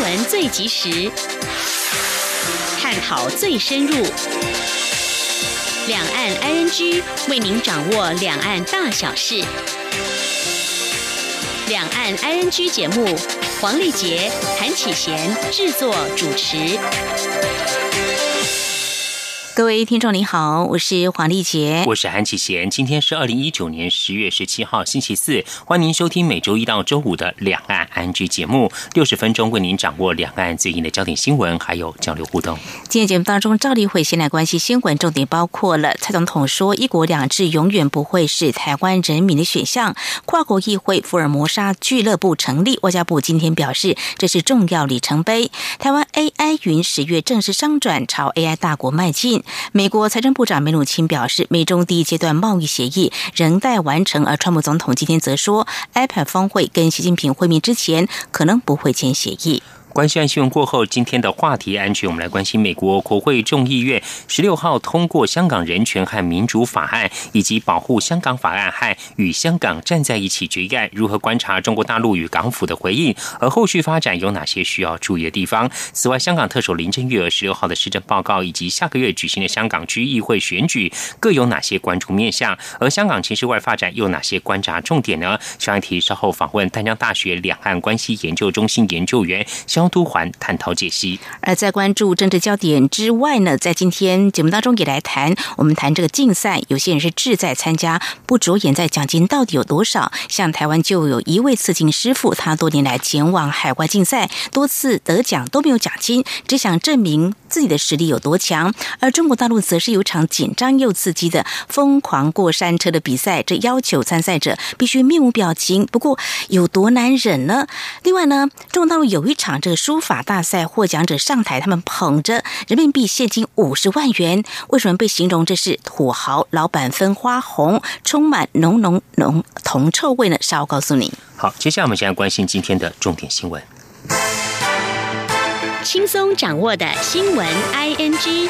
闻最及时，探讨最深入，两岸 ING 为您掌握两岸大小事。两岸 ING 节目，黄丽杰、韩启贤制作主持。 各位听众您好，我是黄丽杰， 我是韩启贤。今天是2019年10月17号星期四，欢迎您收听每周一到周五的两岸ING节目，60分钟为您掌握两岸最近的焦点新闻，还有交流互动。 今天节目当中，赵立慧先来关系新闻，重点包括了蔡总统说一国两制永远不会是台湾人民的选项，跨国议会福尔摩沙俱乐部成立，外交部今天表示这是重要里程碑，台湾 AI 云10月正式商转，朝 AI 大国迈进。美国财政部长梅努钦表示，美中第一阶段贸易协议仍待完成，而川普总统今天则说 APEC 峰会跟习近平会面之前可能不会签协议。 关系新闻过后，今天的话题安全，我们来关心美国国会众议院16号通过香港人权和民主法案，以及保护香港法案和与香港站在一起决议案，如何观察中国大陆与港府的回应，而后续发展有哪些需要注意的地方。此外，香港特首林郑月娥16号的施政报告，以及下个月举行的香港区议会选举，各有哪些关注面向，而香港情势外发展又哪些观察重点呢？上一题稍后访问淡江大学两岸关系研究中心研究员肖都环探讨解析。 而在关注政治焦点之外呢，在今天节目当中也来谈，我们谈这个竞赛，有些人是志在参加，不着眼在奖金到底有多少。像台湾就有一位刺青师傅，他多年来前往海外竞赛，多次得奖都没有奖金，只想证明自己的实力有多强。而中国大陆则是有场紧张又刺激的疯狂过山车的比赛，这要求参赛者必须面无表情，不过有多难忍呢？另外呢，中国大陆有一场这个书法大赛，获奖者上台，他们捧着人民币现金50万元，为什么被形容这是土豪老板分花红，充满浓铜臭味呢？稍后告诉你。 好，接下来我们现在关心今天的重点新闻， 轻松掌握的新闻 ING。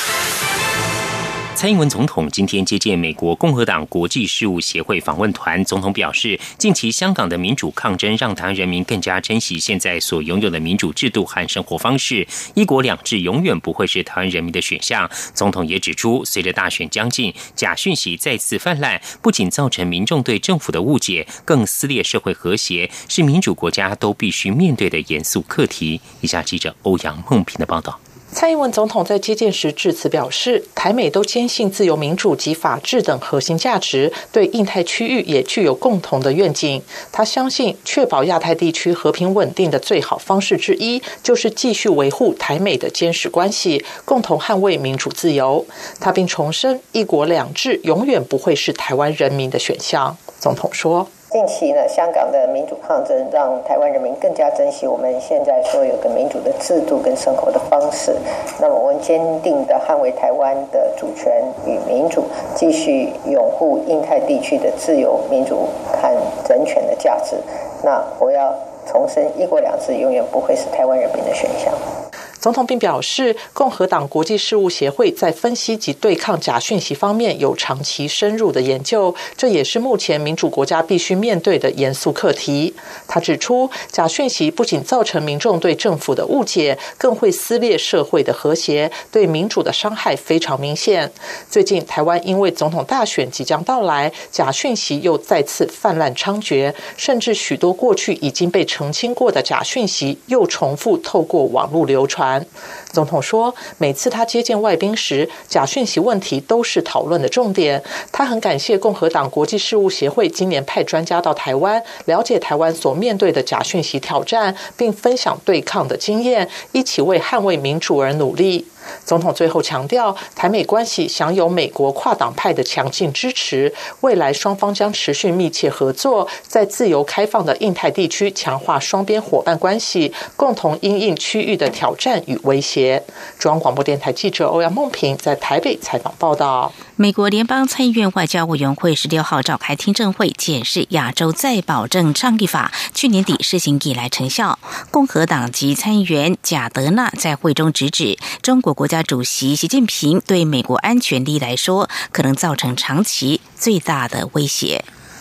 蔡英文总统今天接见美国共和党国际事务协会访问团，总统表示，近期香港的民主抗争让台湾人民更加珍惜现在所拥有的民主制度和生活方式，一国两制永远不会是台湾人民的选项。总统也指出，随着大选将近，假讯息再次泛滥，不仅造成民众对政府的误解，更撕裂社会和谐，是民主国家都必须面对的严肃课题。以下记者欧阳梦平的报道。 蔡英文总统在接见时致辞表示，台美都坚信自由民主及法治等核心价值，对印太区域也具有共同的愿景。他相信，确保亚太地区和平稳定的最好方式之一，就是继续维护台美的坚实关系，共同捍卫民主自由。他并重申，一国两制永远不会是台湾人民的选项。总统说， 近期呢，香港的民主抗争让台湾人民更加珍惜我们现在所有的民主的制度跟生活的方式。那么，我们坚定地捍卫台湾的主权与民主，继续拥护印太地区的自由、民主和人权的价值。那我要重申，一国两制永远不会是台湾人民的选项。 总统并表示，共和党国际事务协会在分析及对抗假讯息方面有长期深入的研究，这也是目前民主国家必须面对的严肃课题。他指出，假讯息不仅造成民众对政府的误解，更会撕裂社会的和谐，对民主的伤害非常明显。最近台湾因为总统大选即将到来，假讯息又再次泛滥猖獗，甚至许多过去已经被澄清过的假讯息又重复透过网络流传。总统说，每次他接见外宾时，假讯息问题都是讨论的重点。他很感谢共和党国际事务协会今年派专家到台湾，了解台湾所面对的假讯息挑战，并分享对抗的经验，一起为捍卫民主而努力。总统最后强调，台美关系享有美国跨党派的强劲支持，未来双方将持续密切合作，在自由开放的印太地区强化双边伙伴关系，共同因应区域的挑战与威胁。中央广播电台记者欧阳梦平在台北采访报道。 美国联邦参议院外交委员会16号召开听证会，检视亚洲再保证倡议法去年底施行以来成效。共和党籍参议员贾德纳在会中直指，中国国家主席习近平对美国安全利益来说，可能造成长期最大的威胁。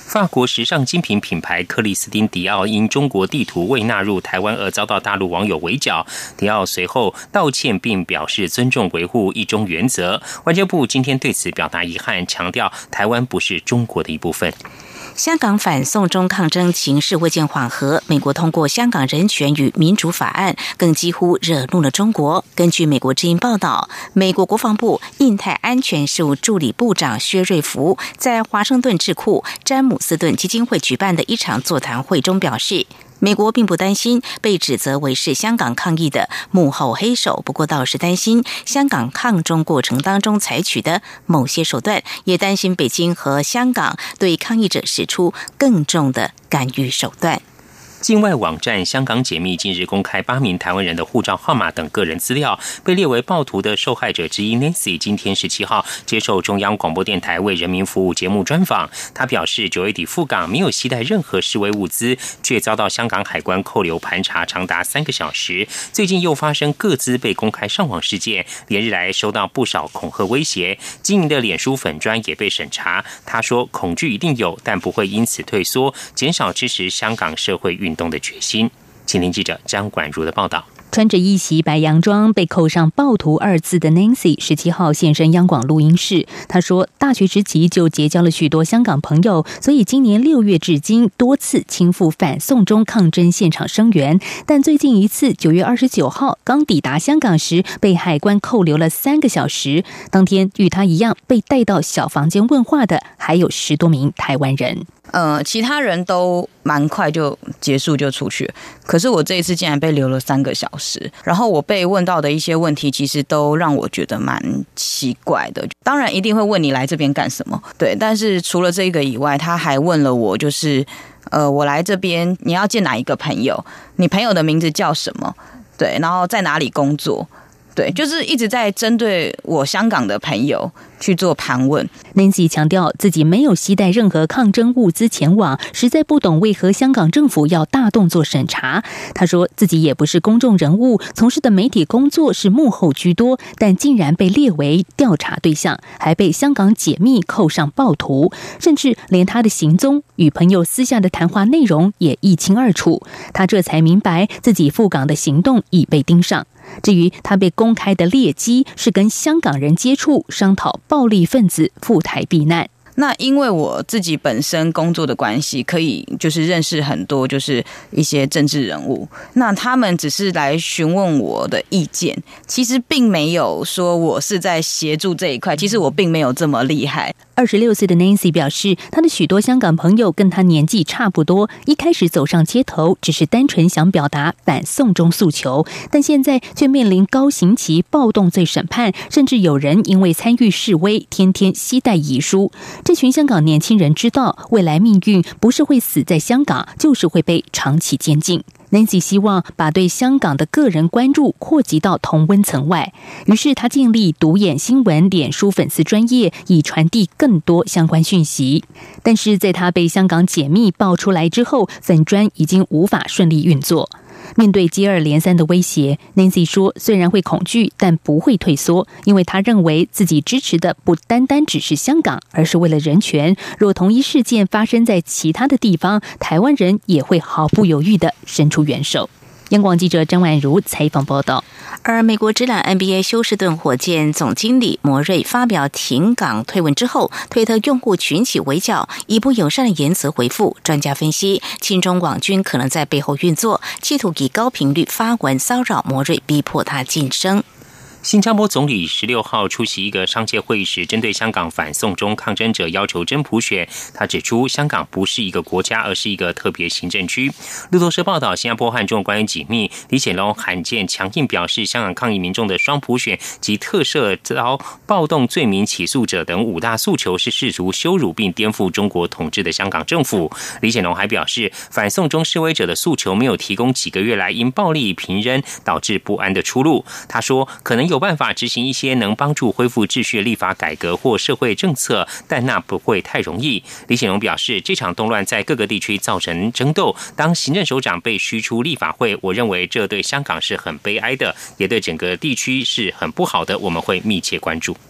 法国时尚精品品牌克里斯汀·迪奥因中国地图未纳入台湾而遭到大陆网友围剿，迪奥随后道歉并表示尊重维护一中原则。外交部今天对此表达遗憾，强调台湾不是中国的一部分。 香港反送中抗争情势未见缓和，美国通过香港人权与民主法案，更几乎惹怒了中国。根据美国之音报道，美国国防部印太安全事务助理部长薛瑞福在华盛顿智库詹姆斯顿基金会举办的一场座谈会中表示，美国并不担心被指责为是香港抗议的幕后黑手，不过倒是担心香港抗中过程当中采取的某些手段，也担心北京和香港对抗议者使出更重的干预手段。 境外网站香港解密近日公开8名台湾人的护照号码等个人资料，被列为暴徒的受害者之一 Nancy 今天17号接受中央广播电台为人民服务节目专访。他表示9月底赴港没有携带任何示威物资，却遭到香港海关扣留盘查长达3个小时。最近又发生个资被公开上网事件，连日来收到不少恐吓威胁，经营的脸书粉专也被审查。他说恐惧一定有，但不会因此退缩，减少支持香港社会运动的决心。请听记者张管如的报道。 穿着一袭白洋装被扣上暴徒2字的 Nancy 17号现身央广录音室。她说大学时期就结交了许多香港朋友，所以今年6月至今多次亲赴反送中抗争现场声援，但最近一次9月29号刚抵达香港时被海关扣留了3个小时。当天与她一样被带到小房间问话的还有10多名台湾人。 其他人都蛮快就结束就出去，可是我这一次竟然被留了3个小时，然后我被问到的一些问题其实都让我觉得蛮奇怪的。当然一定会问你来这边干什么，对，但是除了这个以外，他还问了我就是我来这边你要见哪一个朋友，你朋友的名字叫什么，对，然后在哪里工作，对，就是一直在针对我香港的朋友去做盘问。 Nancy 强调自己没有携带任何抗争物资前往，实在不懂为何香港政府要大动作审查。他说自己也不是公众人物，从事的媒体工作是幕后居多，但竟然被列为调查对象，还被香港解密扣上暴徒，甚至连他的行踪与朋友私下的谈话内容也一清二楚。他这才明白自己赴港的行动已被盯上。至于他被公开的劣迹是跟香港人接触，商讨暴力分子赴台避难。 那因为我自己本身工作的关系，可以就是认识很多就是一些政治人物，那他们只是来询问我的意见，其实并没有说我是在协助这一块，其实我并没有这么厉害。 26岁的 Nancy 表示，她的许多香港朋友跟她年纪差不多，一开始走上街头只是单纯想表达反送中诉求，但现在却面临高刑期暴动罪审判，甚至有人因为参与示威天天携带遗书。这群香港年轻人知道未来命运不是会死在香港，就是会被长期监禁。Nancy 希望把对香港的个人关注扩及到同温层外，于是他建立独眼新闻脸书粉丝专页，以传递更多相关讯息。但是在他被香港解密爆出来之后，粉专已经无法顺利运作。面对接二连三的威胁， Nancy 说虽然会恐惧，但不会退缩，因为他认为自己支持的不单单只是香港，而是为了人权。若同一事件发生在其他的地方，台湾人也会毫不犹豫地伸出援手。央广记者张婉如采访报道。 而美国职篮 NBA 休斯顿火箭总经理摩瑞发表停港推文之后，推特用户群起围剿，以不友善的言辞回复。专家分析，亲中网军可能在背后运作，企图以高频率发文骚扰摩瑞，逼迫他晋升。 新加坡总理16号出席一个商界会议时，针对香港反送中抗争者要求真普选。他指出，香港不是一个国家，而是一个特别行政区。路透社报道，新加坡和中国官员紧密，李显龙罕见强硬表示，香港抗议民众的双普选及特赦遭暴动罪名起诉者等5大诉求是试图羞辱并颠覆中国统治的香港政府。李显龙还表示，反送中示威者的诉求没有提供几个月来因暴力频仍导致不安的出路。他说，可能有办法执行一些能帮助恢复秩序的立法改革或社会政策，但那不会太容易。李显龙表示，这场动乱在各个地区造成争斗，当行政首长被驱出立法会，我认为这对香港是很悲哀的，也对整个地区是很不好的，我们会密切关注。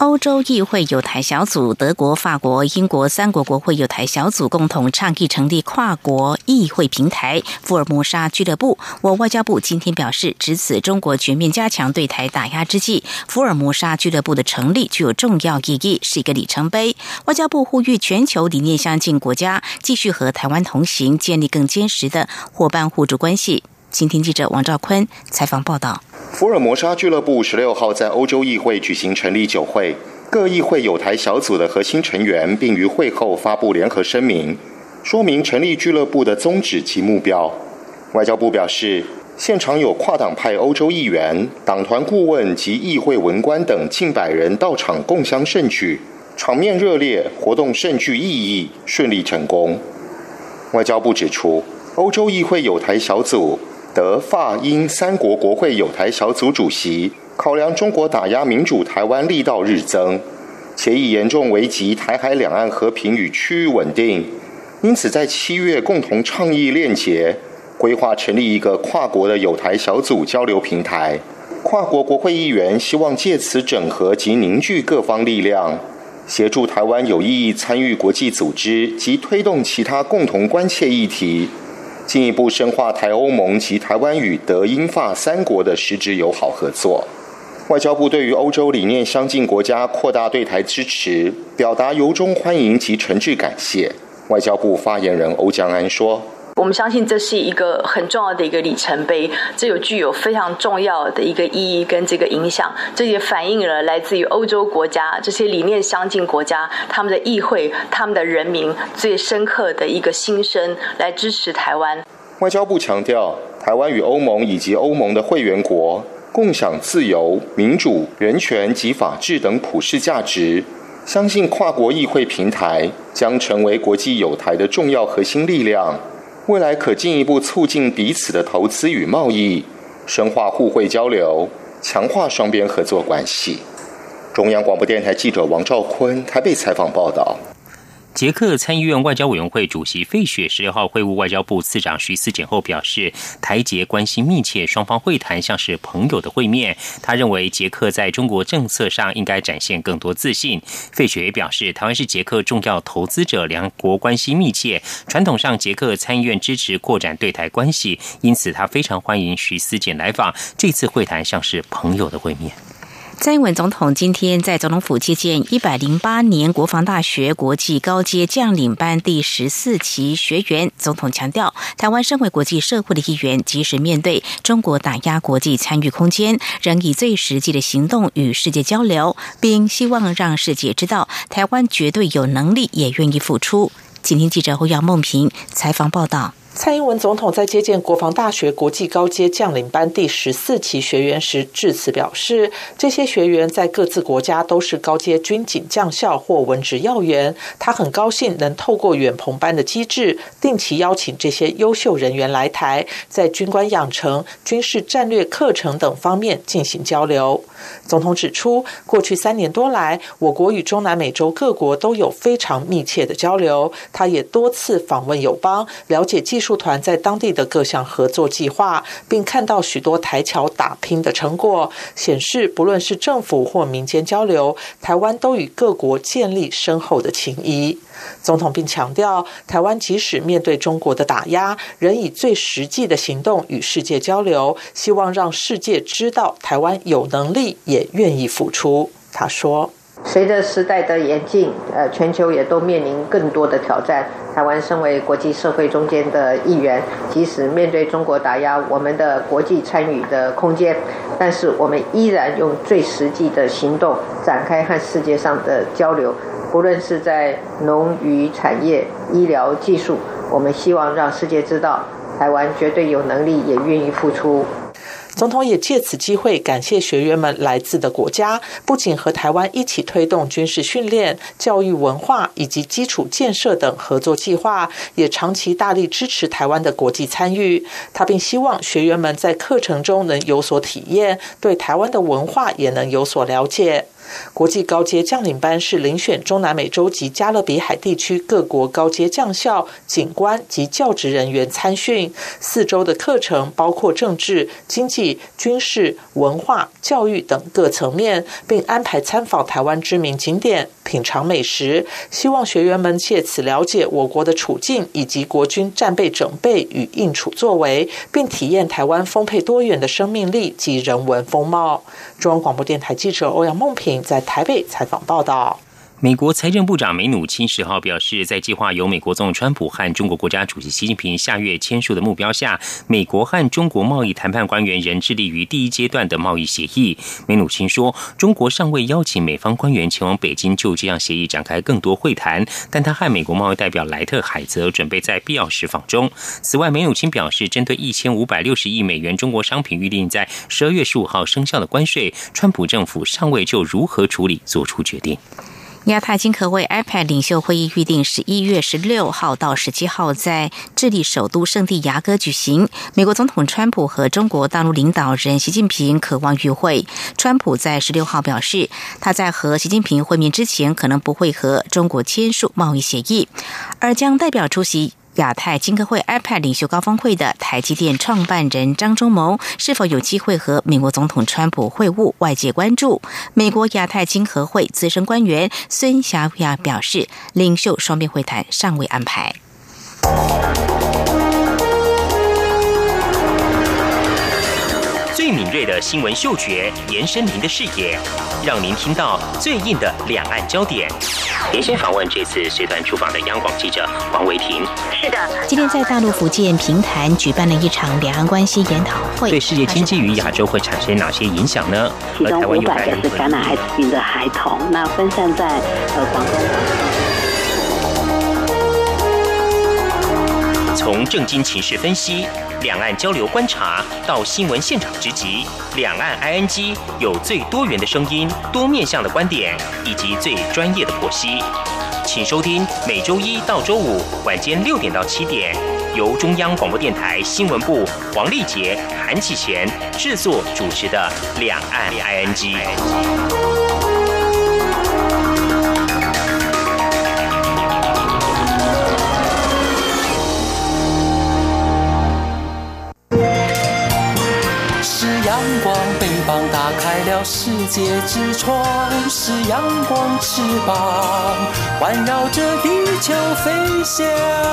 欧洲议会友台小组、德国、法国、英国3国国会友台小组共同倡议成立跨国议会平台福尔摩沙俱乐部。我外交部今天表示，值此中国全面加强对台打压之际，福尔摩沙俱乐部的成立具有重要意义，是一个里程碑。外交部呼吁全球理念相近国家继续和台湾同行，建立更坚实的伙伴互助关系。请听记者王兆坤采访报道。 福尔摩沙俱乐部16号在欧洲议会举行成立酒会，各议会友台小组的核心成员并于会后发布联合声明，说明成立俱乐部的宗旨及目标。外交部表示，现场有跨党派欧洲议员、党团顾问及议会文官等近100人到场共襄盛举，场面热烈，活动甚具意义，顺利成功。外交部指出，欧洲议会友台小组德法英3国国会友台小组主席考量中国打压民主台湾力道日增，且已严重危及台海两岸和平与区域稳定，因此在7月共同倡议链结，规划成立一个跨国的友台小组交流平台。跨国国会议员希望借此整合及凝聚各方力量，协助台湾有意义参与国际组织及推动其他共同关切议题，进一步深化台欧盟及台湾与德英法3国的实质友好合作。外交部对于欧洲理念相近国家扩大对台支持，表达由衷欢迎及诚挚感谢。外交部发言人欧江安说， 我们相信这是一个很重要的一个里程碑，这具有非常重要的一个意义跟这个影响，这也反映了来自于欧洲国家这些理念相近国家他们的议会、他们的人民最深刻的一个心声，来支持台湾。 外交部强调，台湾与欧盟以及欧盟的会员国共享自由、民主、人权及法治等普世价值，相信跨国议会平台将成为国际友台的重要核心力量，未来可进一步促进彼此的投资与贸易，深化互惠交流，强化双边合作关系。中央广播电台记者王兆坤台北采访报道。 捷克参议院外交委员会主席费雪16号会晤外交部次长徐思俭后表示，台捷关系密切，双方会谈像是朋友的会面。他认为捷克在中国政策上应该展现更多自信。费雪也表示，台湾是捷克重要投资者，两国关系密切，传统上捷克参议院支持扩展对台关系，因此他非常欢迎徐思俭来访，这次会谈像是朋友的会面。 蔡英文总统今天在总统府接见108年国防大学国际高阶将领班第14期学员。总统强调，台湾身为国际社会的一员，即使面对中国打压国际参与空间，仍以最实际的行动与世界交流，并希望让世界知道，台湾绝对有能力，也愿意付出。请听记者侯耀梦平采访报道。 蔡英文总统在接见国防大学国际高阶将领班第14期学员时致辞表示，这些学员在各自国家都是高阶军警将校或文职要员，他很高兴能透过远澎班的机制，定期邀请这些优秀人员来台，在军官养成、军事战略课程等方面进行交流。总统指出，过去3年多来，我国与中南美洲各国都有非常密切的交流，他也多次访问友邦，了解技术团在当地的各项合作计划，并看到许多台侨打拼的成果，显示不论是政府或民间交流，台湾都与各国建立深厚的情谊。总统并强调，台湾即使面对中国的打压，仍以最实际的行动与世界交流，希望让世界知道台湾有能力，也愿意付出。他说， 随着时代的演进，全球也都面临更多的挑战。台湾身为国际社会中间的一员，即使面对中国打压我们的国际参与的空间，但是我们依然用最实际的行动展开和世界上的交流。不论是在农渔产业、医疗技术，我们希望让世界知道，台湾绝对有能力，也愿意付出。 总统也借此机会感谢学员们来自的国家，不仅和台湾一起推动军事训练、教育文化以及基础建设等合作计划，也长期大力支持台湾的国际参与。他并希望学员们在课程中能有所体验，对台湾的文化也能有所了解。 国际高阶将领班是遴选中南美洲及加勒比海地区各国高阶将校、警官及教职人员参训。4周的课程包括政治、经济、军事、文化、教育等各层面，并安排参访台湾知名景点、品尝美食，希望学员们借此了解我国的处境以及国军战备整备与应处作为，并体验台湾丰沛多元的生命力及人文风貌。中央广播电台记者欧阳梦平在台北采访报道。 美国财政部长梅努钦10号表示，在计划由美国总统川普和中国国家主席习近平下月签署的目标下，美国和中国贸易谈判官员仍致力于第一阶段的贸易协议。梅努钦说，中国尚未邀请美方官员前往北京就这项协议展开更多会谈，但他和美国贸易代表莱特海泽准备在必要时访中。此外，梅努钦表示，针对1560亿美元中国商品预定在12月15号生效的关税，川普政府尚未就如何处理做出决定。 亚太经合会 APEC 领袖会议预定11月16号到17号在智利首都圣地牙哥举行。美国总统川普和中国大陆领导人习近平渴望与会。川普在16号表示，他在和习近平会面之前可能不会和中国签署贸易协议，而将代表出席亚太经合会 APEC 领袖高峰会的台积电创办人张忠谋是否有机会和美国总统川普会晤，外界关注。美国亚太经合会资深官员孙霞雅表示，领袖双边会谈尚未安排。 最敏锐的新闻嗅觉，延伸您的视野，让您听到最硬的两岸焦点。连线访问这次随团出访的央广记者黄维婷。 是的， 今天在大陆福建平潭举办了一场两岸关系研讨会， 对世界经济与亚洲会产生哪些影响呢？ 其中500个是感染艾滋病的孩童，那分散在广东。 从政经情势分析、两岸交流观察到新闻现场直击，两岸 ING 有最多元的声音、多面向的观点以及最专业的剖析。请收听每周1到周5晚间6点到7点，由中央广播电台新闻部黄丽杰、韩启贤制作主持的《两岸 ING》。 阳光，北方打开了世界之窗，是阳光翅膀，环绕着地球飞翔。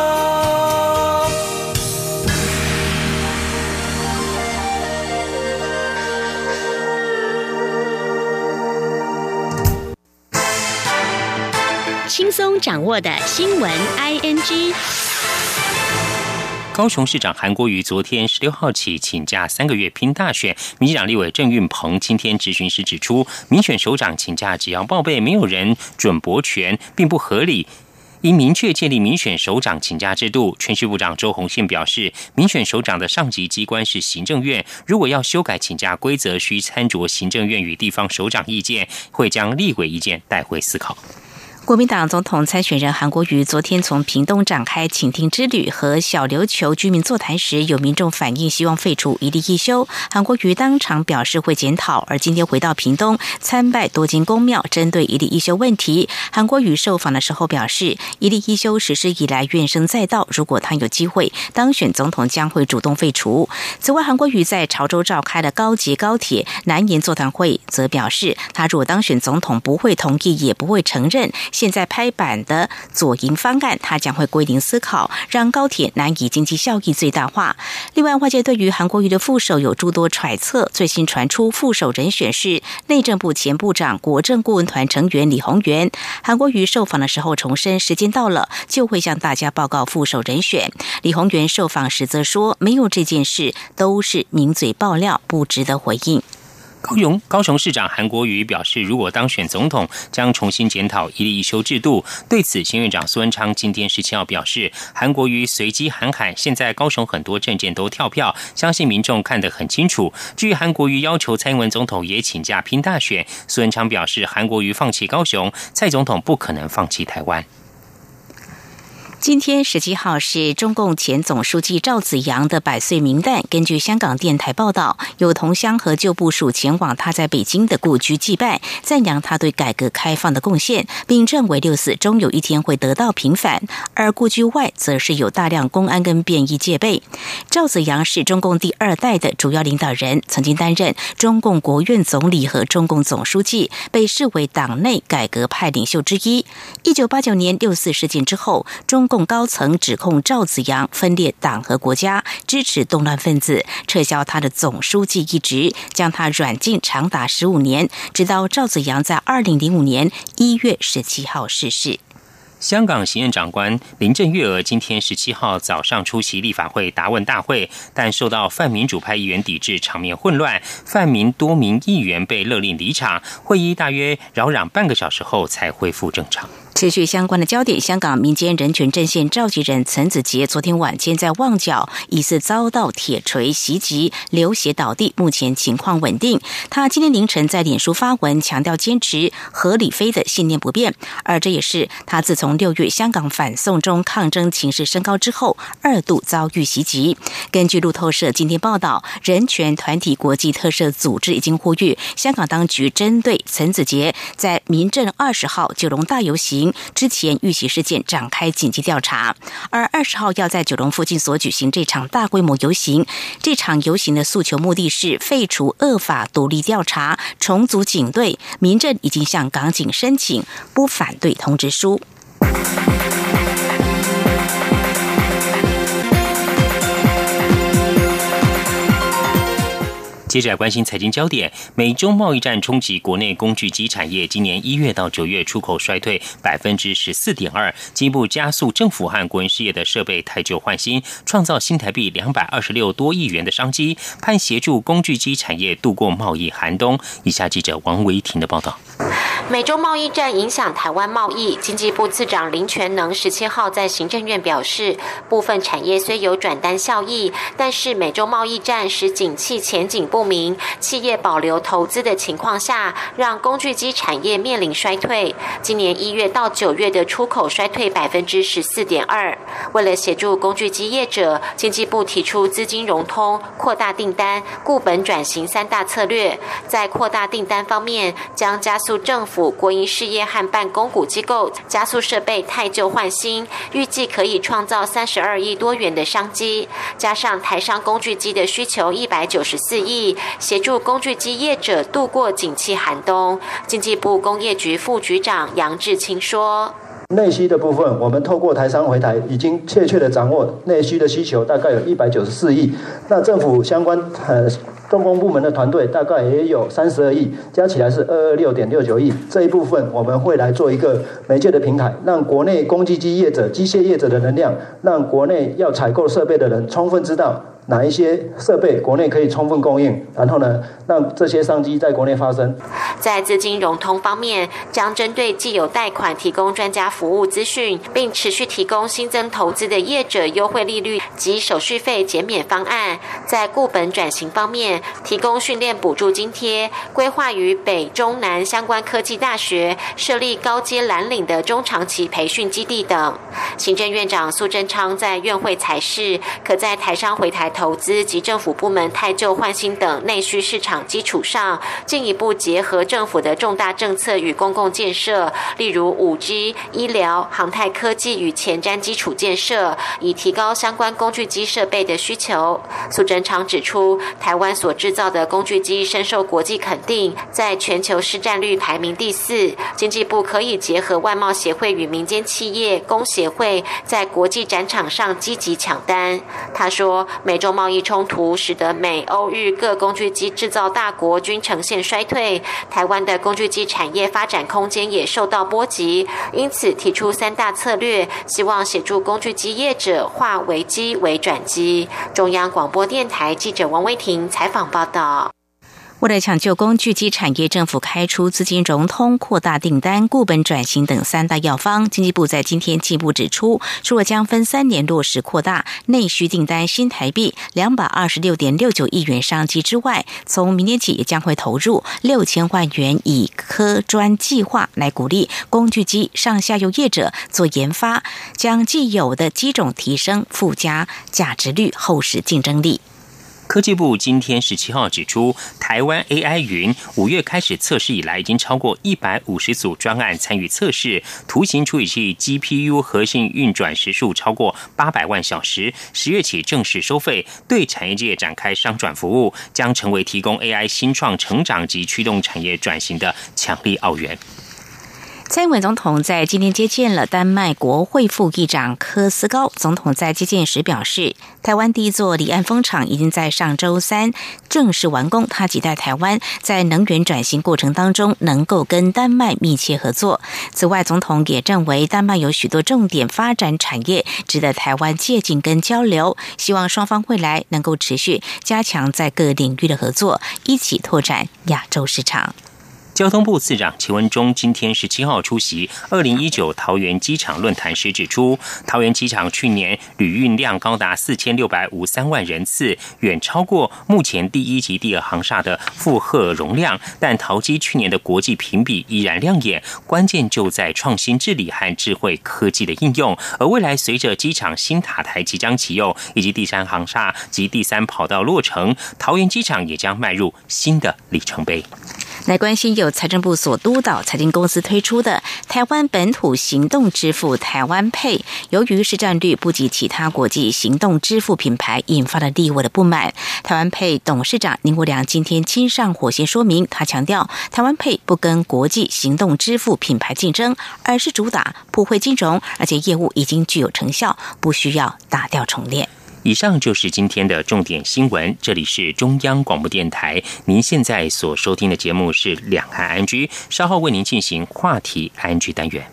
轻松掌握的新闻 ING。 高雄市长韩国瑜昨天16号起请假3个月拼大选，民进党立委郑运鹏今天质询时指出，民选首长请假只要报备，没有人准驳权，并不合理。应明确建立民选首长请假制度。铨叙部长周鸿宪表示，民选首长的上级机关是行政院，如果要修改请假规则，需参酌行政院与地方首长意见，会将立委意见带回思考。 国民党总统参选人韩国瑜昨天从屏东展开倾听之旅，和小琉球居民座谈时，有民众反映希望废除一例一休，韩国瑜当场表示会检讨。而今天回到屏东参拜多间公庙，针对一例一休问题，韩国瑜受访的时候表示，一例一休实施以来怨声载道，如果他有机会当选总统，将会主动废除。此外，韩国瑜在潮州召开了高捷高铁南延座谈会，则表示他如果当选总统，不会同意也不会承认现在拍板的左营方案，他将会归零思考，让高铁南移经济效益最大化。另外，外界对于韩国瑜的副手有诸多揣测，最新传出副手人选是内政部前部长、国政顾问团成员李鸿源。韩国瑜受访的时候重申，时间到了就会向大家报告副手人选。李鸿源受访时则说，没有这件事，都是名嘴爆料，不值得回应。 高雄市长韩国瑜表示，如果当选总统，将重新检讨一例一休制度。对此，前院长苏文昌今天17号表示，韩国瑜随机喊喊，现在高雄很多政见都跳票，相信民众看得很清楚。至于韩国瑜要求蔡英文总统也请假拼大选，苏文昌表示，韩国瑜放弃高雄，蔡总统不可能放弃台湾。 今天17号是中共前总书记赵紫阳的100岁名诞。根据香港电台报道，有同乡和旧部属前往他在北京的故居祭拜，赞扬他对改革开放的贡献，并认为六四终有一天会得到平反。而故居外则是有大量公安跟便衣戒备。赵紫阳是中共第2代的主要领导人，曾经担任中共国务院总理和中共总书记，被视为党内改革派领袖之一。1989年六四事件之后，中共高层指控赵紫阳分裂党和国家，支持动乱分子，撤销他的总书记一职，将他软禁长达15年，直到赵紫阳在2005年1月17号逝世。 香港行政长官林郑月娥今天17号早上出席立法会答问大会，但受到泛民主派议员抵制，场面混乱，泛民多名议员被勒令离场，会议大约扰攘半个小时后才恢复正常。 持续相关的焦点，香港民间人权阵线召集人陈子杰昨天晚间在旺角疑似遭到铁锤袭击，流血倒地，目前情况稳定。他今天凌晨在脸书发文，强调坚持何理非的信念不变，而这也是他自从6月香港反送中抗争情势升高之后2度遭遇袭击。根据路透社今天报道，人权团体国际特赦组织已经呼吁香港当局针对陈子杰在民政20号九龙大游行之前遇袭事件展开紧急调查，而20号要在九龙附近所举行这场大规模游行。这场游行的诉求目的是废除恶法独立调查，重组警队。民政已经向港警申请不反对通知书。 接着来关心财经焦点，美中贸易战冲击国内工具机产业，今年1月到9月出口衰退14.2%，进一步加速政府和国营事业的设备汰旧换新，创造新台币226多亿元的商机，盼协助工具机产业度过贸易寒冬。以下记者王维婷的报道。 美中贸易战影响台湾贸易，经济部次长林全能17号在行政院表示，部分产业虽有转单效益，但是美中贸易战使景气前景不明，企业保留投资的情况下，让工具机产业面临衰退。今年1月到9月的出口衰退14.2%。为了协助工具机业者，经济部提出资金融通、扩大订单、固本转型3大策略。在扩大订单方面，将加速政府、国营事业和办公股机构加速设备汰旧换新，预计可以创造32亿多元的商机。加上台商工具机的需求194亿，协助工具机业者度过景气寒冬。经济部工业局副局长杨志清说， 内需的部分，我们透过台商回台，已经确切的掌握内需的需求，大概有194亿。那政府相关中工部门的团队大概也有32亿，加起来是226.69亿。这一部分我们会来做一个媒介的平台，让国内工具机业者、机械业者的能量，让国内要采购设备的人充分知道哪一些设备国内可以充分供应，然后呢，让这些商机在国内发生。 在资金融通方面，将针对既有贷款提供专家服务资讯，并持续提供新增投资的业者优惠利率及手续费减免方案。在固本转型方面，提供训练补助津贴，规划于北中南相关科技大学设立高阶蓝领的中长期培训基地等。行政院长苏贞昌在院会采示，可在台商回台投资及政府部门汰旧换新等内需市场基础上，进一步结合政府的重大政策与公共建设，例如 5G、医疗、航太科技与前瞻基础建设，以提高相关工具机设备的需求。苏贞昌指出，台湾所制造的工具机深受国际肯定，在全球市占率排名第4。经济部可以结合外贸协会与民间企业、工协会，在国际展场上积极抢单。他说，美中贸易冲突使得美、欧、日各工具机制造大国均呈现衰退，台湾的工具机产业发展空间也受到波及，因此提出3大策略，希望协助工具机业者化危机为转机。中央广播电台记者王威婷采访报道。 为了抢救工具机产业，政府开出资金融通、扩大订单、固本转型等三大药方。经济部在今天进一步指出，除了将分3年落实扩大内需订单新台币226.69亿元商机之外，从明年起也将会投入6000万元以科专计划来鼓励工具机上下游业者做研发，将既有的机种提升附加价值率，厚实竞争力。 科技部今天17号指出，台湾 AI 云5月开始测试以来，已经超过150组专案参与测试，图形处理器 GPU 核心运转时数超过800万小时。10月起正式收费，对产业界展开商转服务，将成为提供 AI 新创成长及驱动产业转型的强力澳元。 蔡英文总统在今天接见了丹麦国会副议长科斯高。总统在接见时表示，台湾第一座离岸风场已经在上周3正式完工。他期待台湾在能源转型过程当中能够跟丹麦密切合作。此外，总统也认为丹麦有许多重点发展产业值得台湾借鉴跟交流，希望双方未来能够持续加强在各领域的合作，一起拓展亚洲市场。 交通部次长齐文忠今天17号出席2019桃园机场论坛时指出，桃园机场去年旅运量高达4653万人次，远超过目前第1及第2航厦的负荷容量，但桃机去年的国际评比依然亮眼，关键就在创新治理和智慧科技的应用。而未来随着机场新塔台即将启用，以及第3航厦及第3跑道落成，桃园机场也将迈入新的里程碑。 来关心由财政部所督导财经公司推出的台湾本土行动支付台湾 Pay， 由于市占率不及其他国际行动支付品牌，引发了立委的不满。台湾 Pay 董事长林国良今天亲上火线说明，他强调台湾 Pay 不跟国际行动支付品牌竞争，而是主打普惠金融，而且业务已经具有成效，不需要打掉重练。 以上就是今天的重点新闻，这里是中央广播电台，您现在所收听的节目是两岸 ING， 稍后为您进行话题 ING 单元。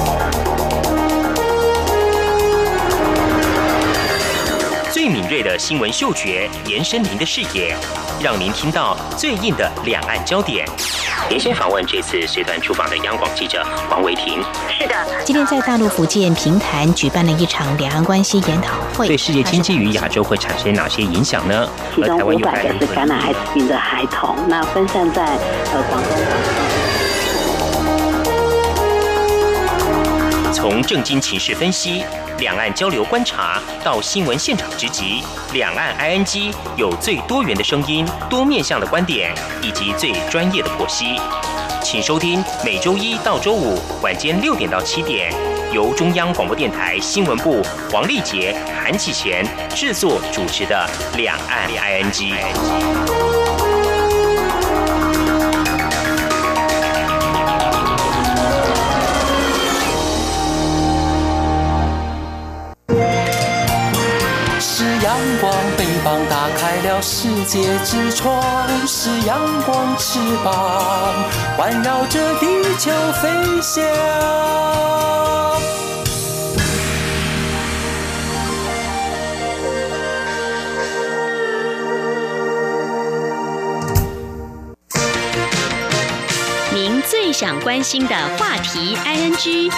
最敏锐的新闻嗅觉，延伸您的视野，让您听到最硬的两岸焦点。连线访问这次随团出访的央广记者王维婷。 是的，今天在大陆福建平潭举办了一场两岸关系研讨会， 对世界经济与亚洲会产生哪些影响呢？ 其中500个是感染艾滋病的孩童，那分散在广东。 从政经情势分析、两岸交流观察到新闻现场直击，两岸 ING 有最多元的声音、多面向的观点以及最专业的剖析。请收听每周1到周5晚间6点到7点，由中央广播电台新闻部黄丽杰、韩启贤制作主持的《两岸 ING》。 阳光翅膀打开了世界之窗，是阳光翅膀环绕着地球飞翔。 您最想关心的话题 ING。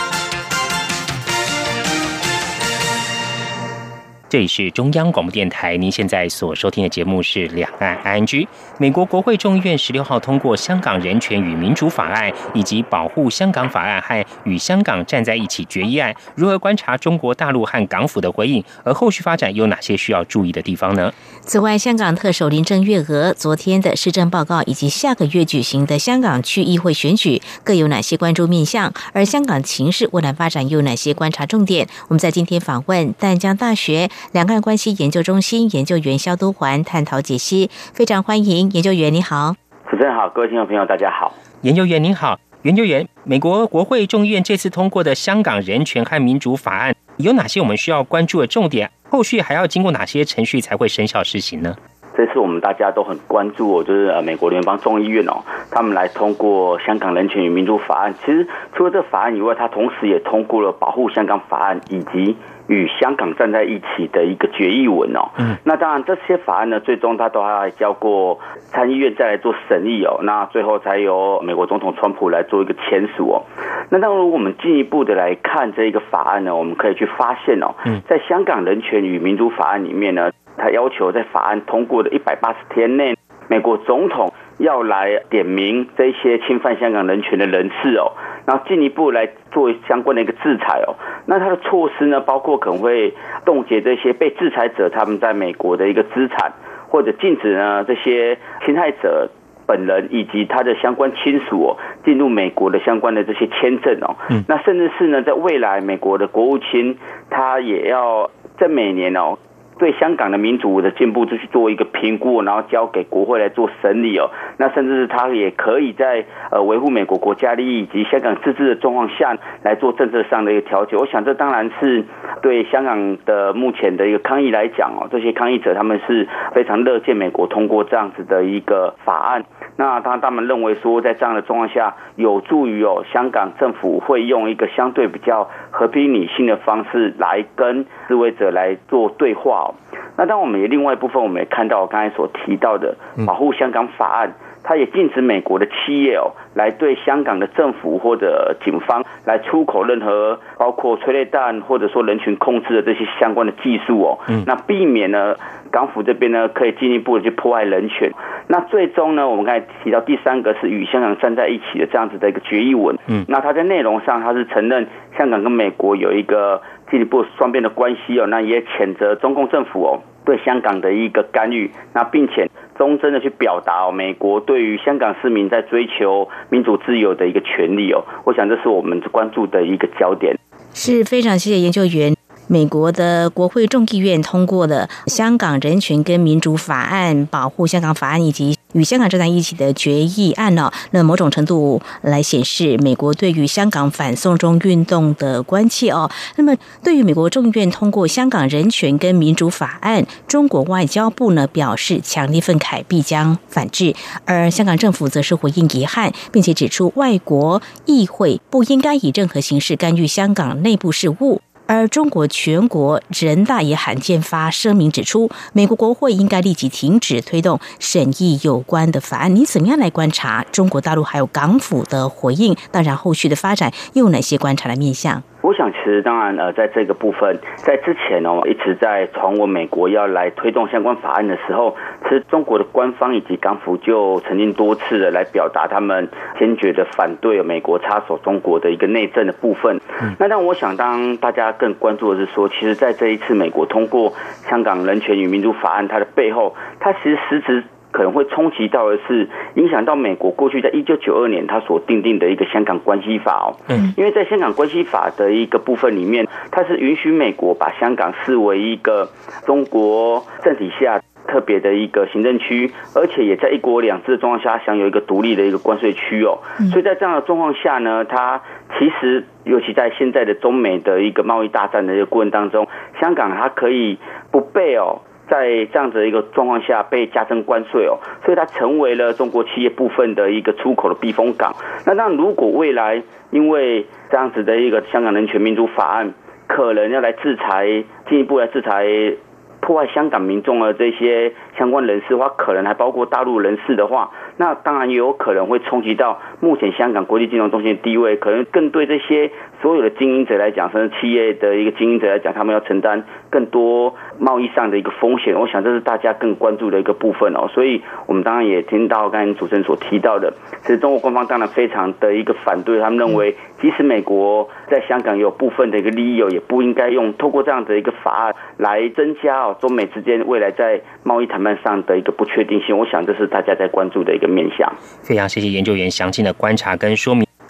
这里是中央广播电台，您现在所收听的节目是两岸 ING。美国国会众议院16号通过《香港人权与民主法案》以及《保护香港法案》和《与香港站在一起决议案》，如何观察中国大陆和港府的回应？而后续发展有哪些需要注意的地方呢？ 此外，香港特首林郑月娥昨天的施政报告以及下个月举行的香港区议会选举各有哪些关注面向？而香港情势未来发展又有哪些观察重点？我们在今天访问淡江大学两岸关系研究中心研究员萧都环探讨解析，非常欢迎研究员。你好。 主持人好，各位听众朋友大家好。 研究员您好。研究员，美国国会众议院这次通过的香港人权和民主法案有哪些我们需要关注的重点？后续还要经过哪些程序才会生效施行呢？ 这次我们大家都很关注就是美国联邦众议院他们来通过香港人权与民主法案。其实除了这法案以外，它同时也通过了保护香港法案以及与香港站在一起的一个决议文那当然这些法案呢，最终它都还要交过参议院再来做审议那最后才由美国总统川普来做一个签署那当然如果我们进一步的来看这一个法案呢，我们可以去发现在香港人权与民主法案里面呢，它要求在法案通过的180天内，美国总统要来点名这些侵犯香港人权的人士然后进一步来做相关的一个制裁那它的措施呢，包括可能会冻结这些被制裁者他们在美国的一个资产，或者禁止呢这些侵害者本人以及他的相关亲属进入美国的相关的这些签证那甚至是呢，在未来美国的国务卿他也要在每年对香港的民主的进步就去做一个评估，然后交给国会来做审理那甚至是他也可以在维护美国国家利益以及香港自治的状况下来做政策上的一个调节。我想这当然是对香港的目前的一个抗议来讲这些抗议者他们是非常乐见美国通过这样子的一个法案。那他们认为说，在这样的状况下，有助于香港政府会用一个相对比较和平理性的方式来跟示威者来做对话那当然我们也另外一部分，我们也看到我刚才所提到的保护香港法案，它也禁止美国的企业来对香港的政府或者警方来出口任何包括催泪弹或者说人群控制的这些相关的技术那避免呢港府这边呢可以进一步的去破坏人权。那最终呢，我们刚才提到第三个是与香港站在一起的这样子的一个决议文那它在内容上它是承认香港跟美国有一个进一步双边的关系那也谴责中共政府对香港的一个干预，那并且忠贞的去表达美国对于香港市民在追求民主自由的一个权利我想这是我们关注的一个焦点。 是非常谢谢研究员。美国的国会众议院通过了香港人权跟民主法案、保护香港法案以及与香港站在一起的决议案那某种程度来显示美国对于香港反送中运动的关切那么对于美国众议院通过香港人权跟民主法案，中国外交部呢表示强烈愤慨，必将反制，而香港政府则是回应遗憾，并且指出外国议会不应该以任何形式干预香港内部事务。而中国全国人大也罕见发声明指出，美国国会应该立即停止推动审议有关的法案。你怎么样来观察中国大陆还有港府的回应？当然后续的发展又有哪些观察的面向？ 我想其实当然在这个部分，在之前一直在传闻美国要来推动相关法案的时候，其实中国的官方以及港府就曾经多次的来表达他们坚决的反对美国插手中国的一个内政的部分那但我想当大家更关注的是说，其实在这一次美国通过香港人权与民主法案，它的背后它其实实质可能会冲击到的是影响到美国过去在1992年它所订定的一个香港关系法因为在香港关系法的一个部分里面，它是允许美国把香港视为一个中国政体下特别的一个行政区，而且也在一国两制的状况下享有一个独立的一个关税区所以在这样的状况下呢，它其实尤其在现在的中美的一个贸易大战的一个过程当中，香港它可以不被在这样子的一个状况下被加征关税所以它成为了中国企业部分的一个出口的避风港。那如果未来因为这样子的一个香港人权民主法案可能要来制裁，进一步来制裁破坏香港民众的这些相关人士的话，可能还包括大陆人士的话，那当然也有可能会冲击到目前香港国际金融中心的地位，可能更对这些所有的经营者来讲，甚至企业的一个经营者来讲，他们要承担更多贸易上的一个风险。我想这是大家更关注的一个部分所以我们当然也听到刚才主持人所提到的，其实中国官方当然非常的一个反对，他们认为即使美国在香港有部分的一个利益也不应该透过这样的一个法案来增加中美之间未来在贸易谈判上的一个不确定性。我想这是大家在关注的一个面向。 非常谢谢研究员详尽的观察跟说明。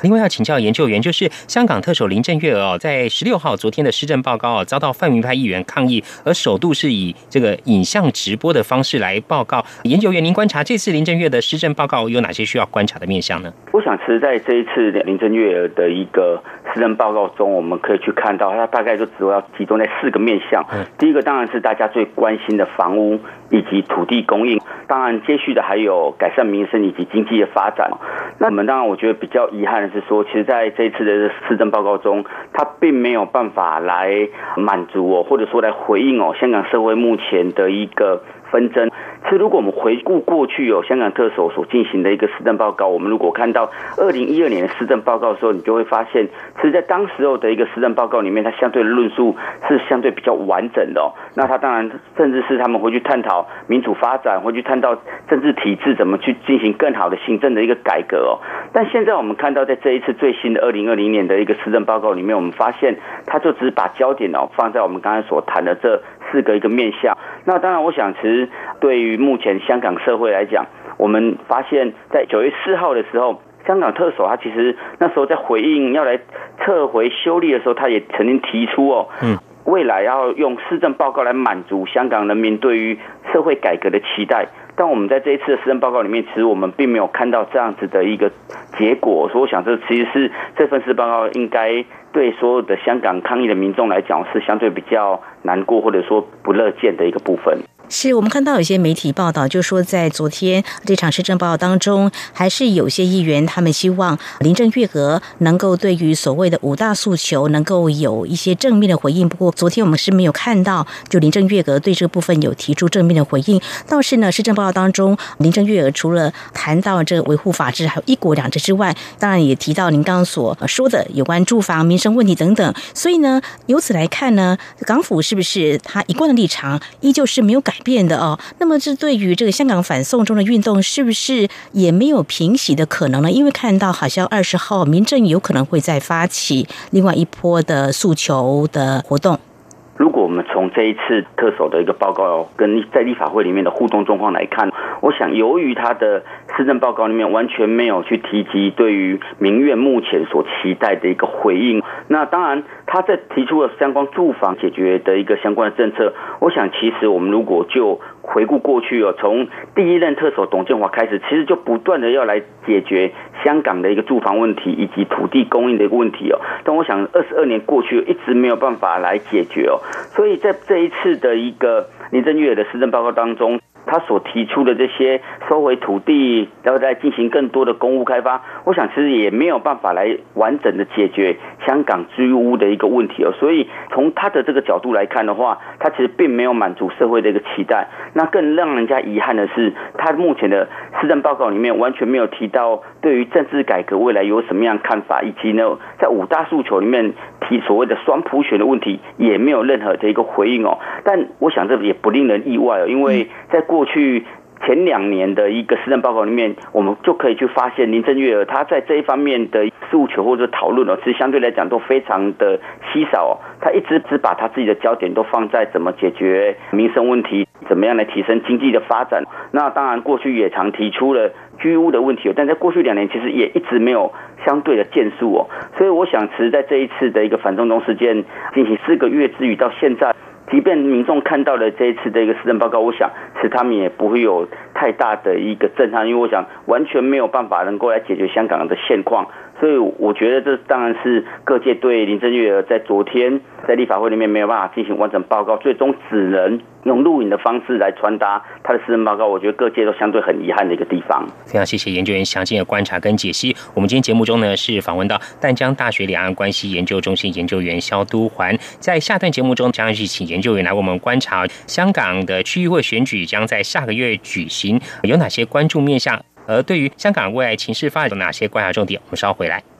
另外要请教研究员，就是香港特首林郑月娥在16号昨天的施政报告遭到泛民派议员抗议，而首度是以这个影像直播的方式来报告。研究员，您观察这次林郑月娥的施政报告有哪些需要观察的面向呢？ 我想其实在这一次林郑月娥的一个施政报告中，我们可以去看到它大概就主要集中在4个面向。第一个当然是大家最关心的房屋以及土地供应，当然接续的还有改善民生以及经济的发展。那我们当然我觉得比较遗憾的是说，其实在这一次的施政报告中，它并没有办法来满足或者说来回应香港社会目前的一个纷争。其实如果我们回顾过去香港特首所进行的一个施政报告，我们如果看到2012年的施政报告的时候，你就会发现其实在当时候的一个施政报告里面，它相对的论述是相对比较完整的那它当然甚至是他们会去探讨民主发展，会去探讨政治体制怎么去进行更好的行政的一个改革但现在我们看到在这一次最新的2020年的一个施政报告里面，我们发现它就只是把焦点放在我们刚才所谈的这4个一个面向。那当然我想其实对于目前香港社会来讲，我们发现在9月4号的时候，香港特首他其实那时候在回应要来撤回修例的时候，他也曾经提出未来要用施政报告来满足香港人民对于社会改革的期待。但我们在这一次的施政报告里面，其实我们并没有看到这样子的一个结果，所以我想这其实是这份施政报告应该对所有的香港抗议的民众来讲是相对比较难过或者说不乐见的一个部分。 是我们看到有些媒体报道，就说在昨天这场施政报告当中，还是有些议员他们希望林郑月娥能够对于所谓的5大诉求能够有一些正面的回应。不过昨天我们是没有看到，就林郑月娥对这个部分有提出正面的回应。倒是呢，施政报告当中，林郑月娥除了谈到这个维护法治还有1国2制之外，当然也提到您刚刚所说的有关住房、民生问题等等。所以呢，由此来看呢，港府是不是他一贯的立场依旧是没有改变的那么这对于这个香港反送中的运动是不是也没有平息的可能呢？因为看到好像20号民政有可能会再发起另外一波的诉求的活动。 如果我们从这一次特首的一个报告跟在立法会里面的互动状况来看，我想由于他的施政报告里面完全没有去提及对于民怨目前所期待的一个回应，那当然他在提出了相关住房解决的一个相关的政策，我想其实我们如果就回顾过去从第一任特首董建华开始，其实就不断的要来解决香港的一个住房问题以及土地供应的一个问题但我想22年过去一直没有办法来解决所以在这一次的一个林郑月娥的施政报告当中，他所提出的这些收回土地，然后再进行更多的公屋开发，我想其实也没有办法来完整的解决香港居屋的一个问题所以从他的这个角度来看的话，他其实并没有满足社会的一个期待。那更让人家遗憾的是，他目前的施政报告里面完全没有提到对于政治改革未来有什么样的看法，以及呢在5大诉求里面提所谓的双普选的问题也没有任何的一个回应但我想这也不令人意外因为在过去前2年的一个施政报告里面，我们就可以去发现林郑月娥她在这一方面的诉求或者讨论其实相对来讲都非常的稀少她一直只把她自己的焦点都放在怎么解决民生问题，怎么样来提升经济的发展。那当然过去也常提出了居屋的问题但在过去2年其实也一直没有相对的建树所以我想其实在这一次的一个反送中事件进行4个月之余到现在，即便民众看到了这一次的一个施政报告，我想是他们也不会有太大的一个震撼，因为我想完全没有办法能够来解决香港的现况。所以我觉得这当然是各界对林郑月娥在昨天在立法会里面没有办法进行完整报告，最终只能用录影的方式来传达他的施政报告，我觉得各界都相对很遗憾的一个地方。 非常谢谢研究员详尽的观察跟解析。我们今天节目中呢是访问到淡江大学两岸关系研究中心研究员萧都环，在下段节目中将是请研究员来为我们观察香港的区议会选举将在下个月举行，有哪些关注面向，而对于香港未来情势发展有哪些观察重点，我们稍后回来。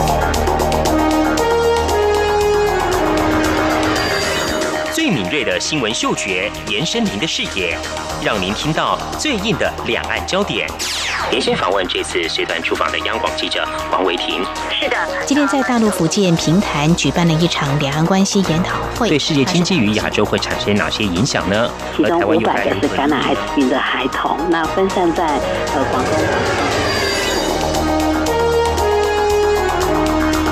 最敏锐的新闻嗅觉，延伸您的视野，让您听到最硬的两岸焦点。连线访问这次随团出访的央广记者黄维婷。 是的， 今天在大陆福建平潭举办了一场两岸关系研讨会， 对世界经济与亚洲会产生哪些影响呢？ 其中500个是感染艾滋病的孩童，那分散在广东。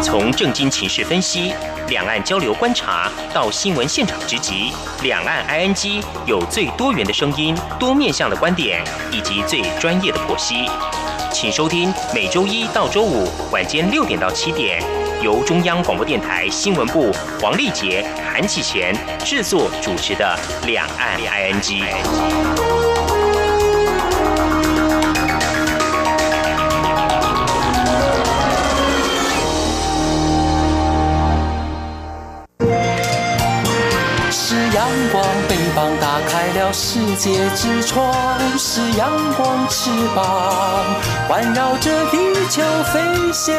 从政经情势分析、两岸交流观察到新闻现场直击，两岸 ING 有最多元的声音、多面向的观点以及最专业的剖析。请收听每周一到周五晚间6点到7点，由中央广播电台新闻部黄丽杰、韩启贤制作主持的《两岸 ING》。 是阳光，翅膀打开了世界之窗，是阳光翅膀环绕着地球飞翔。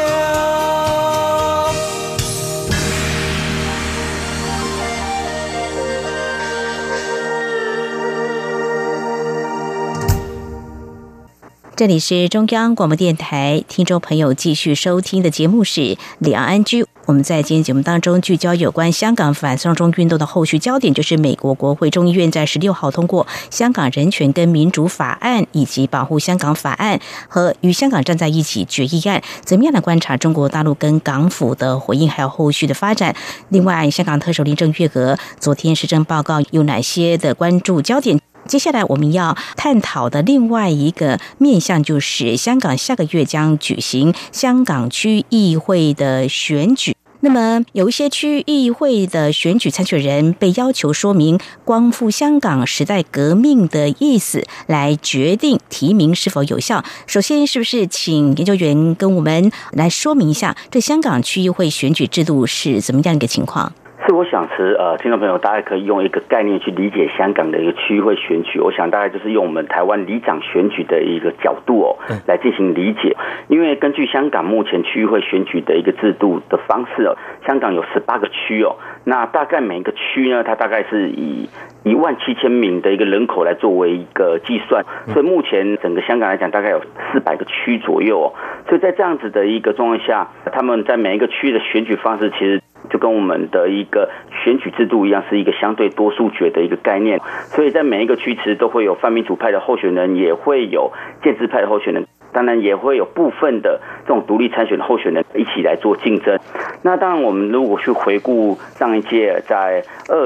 这里是中央广播电台，听众朋友继续收听的节目是两岸居。我们在今天节目当中聚焦有关香港反送中运动的后续焦点，就是美国国会众议院在16号通过香港人权跟民主法案以及保护香港法案和与香港站在一起决议案。怎么样来观察中国大陆跟港府的回应还有后续的发展？另外，香港特首林郑月娥昨天施政报告有哪些的关注焦点？接下来我们要探讨的另外一个面向，就是香港下个月将举行香港区议会的选举。那么有一些区议会的选举参选人被要求说明光复香港时代革命的意思，来决定提名是否有效。首先，是不是请研究员跟我们来说明一下，这香港区议会选举制度是怎么样一个情况？ 是，我想听众朋友大概可以用一个概念去理解香港的一个区议会选举。我想大概就是用我们台湾里长选举的一个角度来进行理解。因为根据香港目前区议会选举的一个制度的方式香港有18个区那大概每一个区呢，它大概是以17000名的一个人口来作为一个计算，所以目前整个香港来讲大概有400个区左右所以在这样子的一个状况下，他们在每一个区的选举方式其实就跟我们的一个选举制度一样，是一个相对多数决的一个概念。所以在每一个区其实都会有泛民主派的候选人，也会有建制派的候选人，当然也会有部分的这种独立参选的候选人一起来做竞争。那当然我们如果去回顾上一届在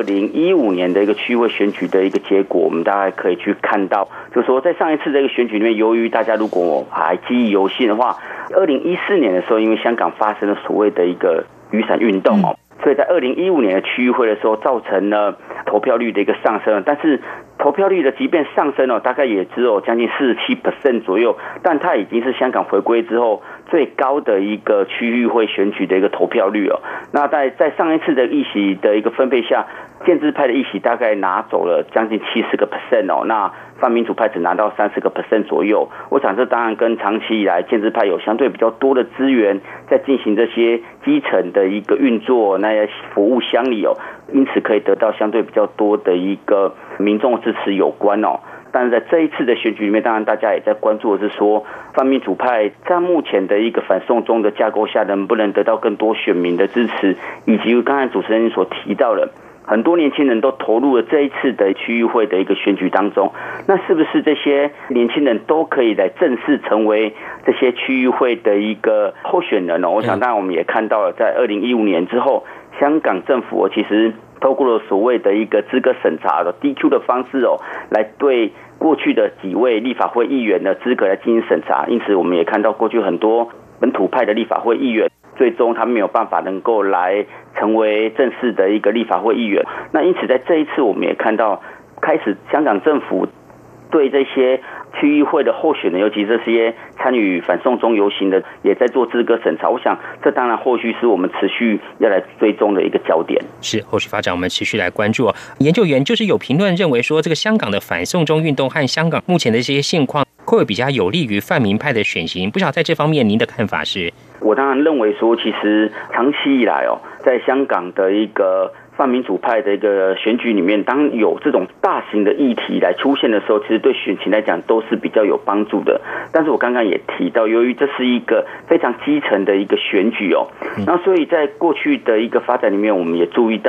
2015年的一个区议会选举的一个结果，我们大概可以去看到，就是说在上一次这个选举里面，由于大家如果还记忆犹新的话，2014年的时候因为香港发生了所谓的一个雨伞运动所以在2015年的区议会的时候造成了投票率的一个上升，但是投票率的即便上升大概也只有将近47% 左右，但它已经是香港回归之后最高的一个区议会选举的一个投票率那在上一次的议席的一个分配下，建制派的议席大概拿走了将近70% 那泛民主派只拿到30% 左右。我想这当然跟长期以来建制派有相对比较多的资源在进行这些基层的一个运作，那些服务乡里因此可以得到相对比较多的一个民众支持有关但是在这一次的选举里面，当然大家也在关注的是说，泛民主派在目前的一个反送中的架构下，能不能得到更多选民的支持，以及刚才主持人所提到的很多年轻人都投入了这一次的区议会的一个选举当中，那是不是这些年轻人都可以来正式成为这些区议会的一个候选人我想当然我们也看到了，在2015年之后，香港政府其实透过了所谓的一个资格审查的 DQ 的方式来对过去的几位立法会议员的资格来进行审查，因此我们也看到过去很多本土派的立法会议员最终他没有办法能够来成为正式的一个立法会议员。那因此在这一次我们也看到，开始香港政府对这些区议会的候选人，尤其这些参与反送中游行的，也在做资格审查。我想这当然后续是我们持续要来追踪的一个焦点。 是后续发展我们持续来关注研究员就是有评论认为说，这个香港的反送中运动和香港目前的这些现况会比较有利于泛民派的选情，不晓得在这方面您的看法是？ 我当然认为说，其实长期以来在香港的一个泛民主派的一个选举里面，当有这种大型的议题来出现的时候，其实对选情来讲都是比较有帮助的。但是我刚刚也提到，由于这是一个非常基层的一个选举那所以在过去的一个发展里面，我们也注意到，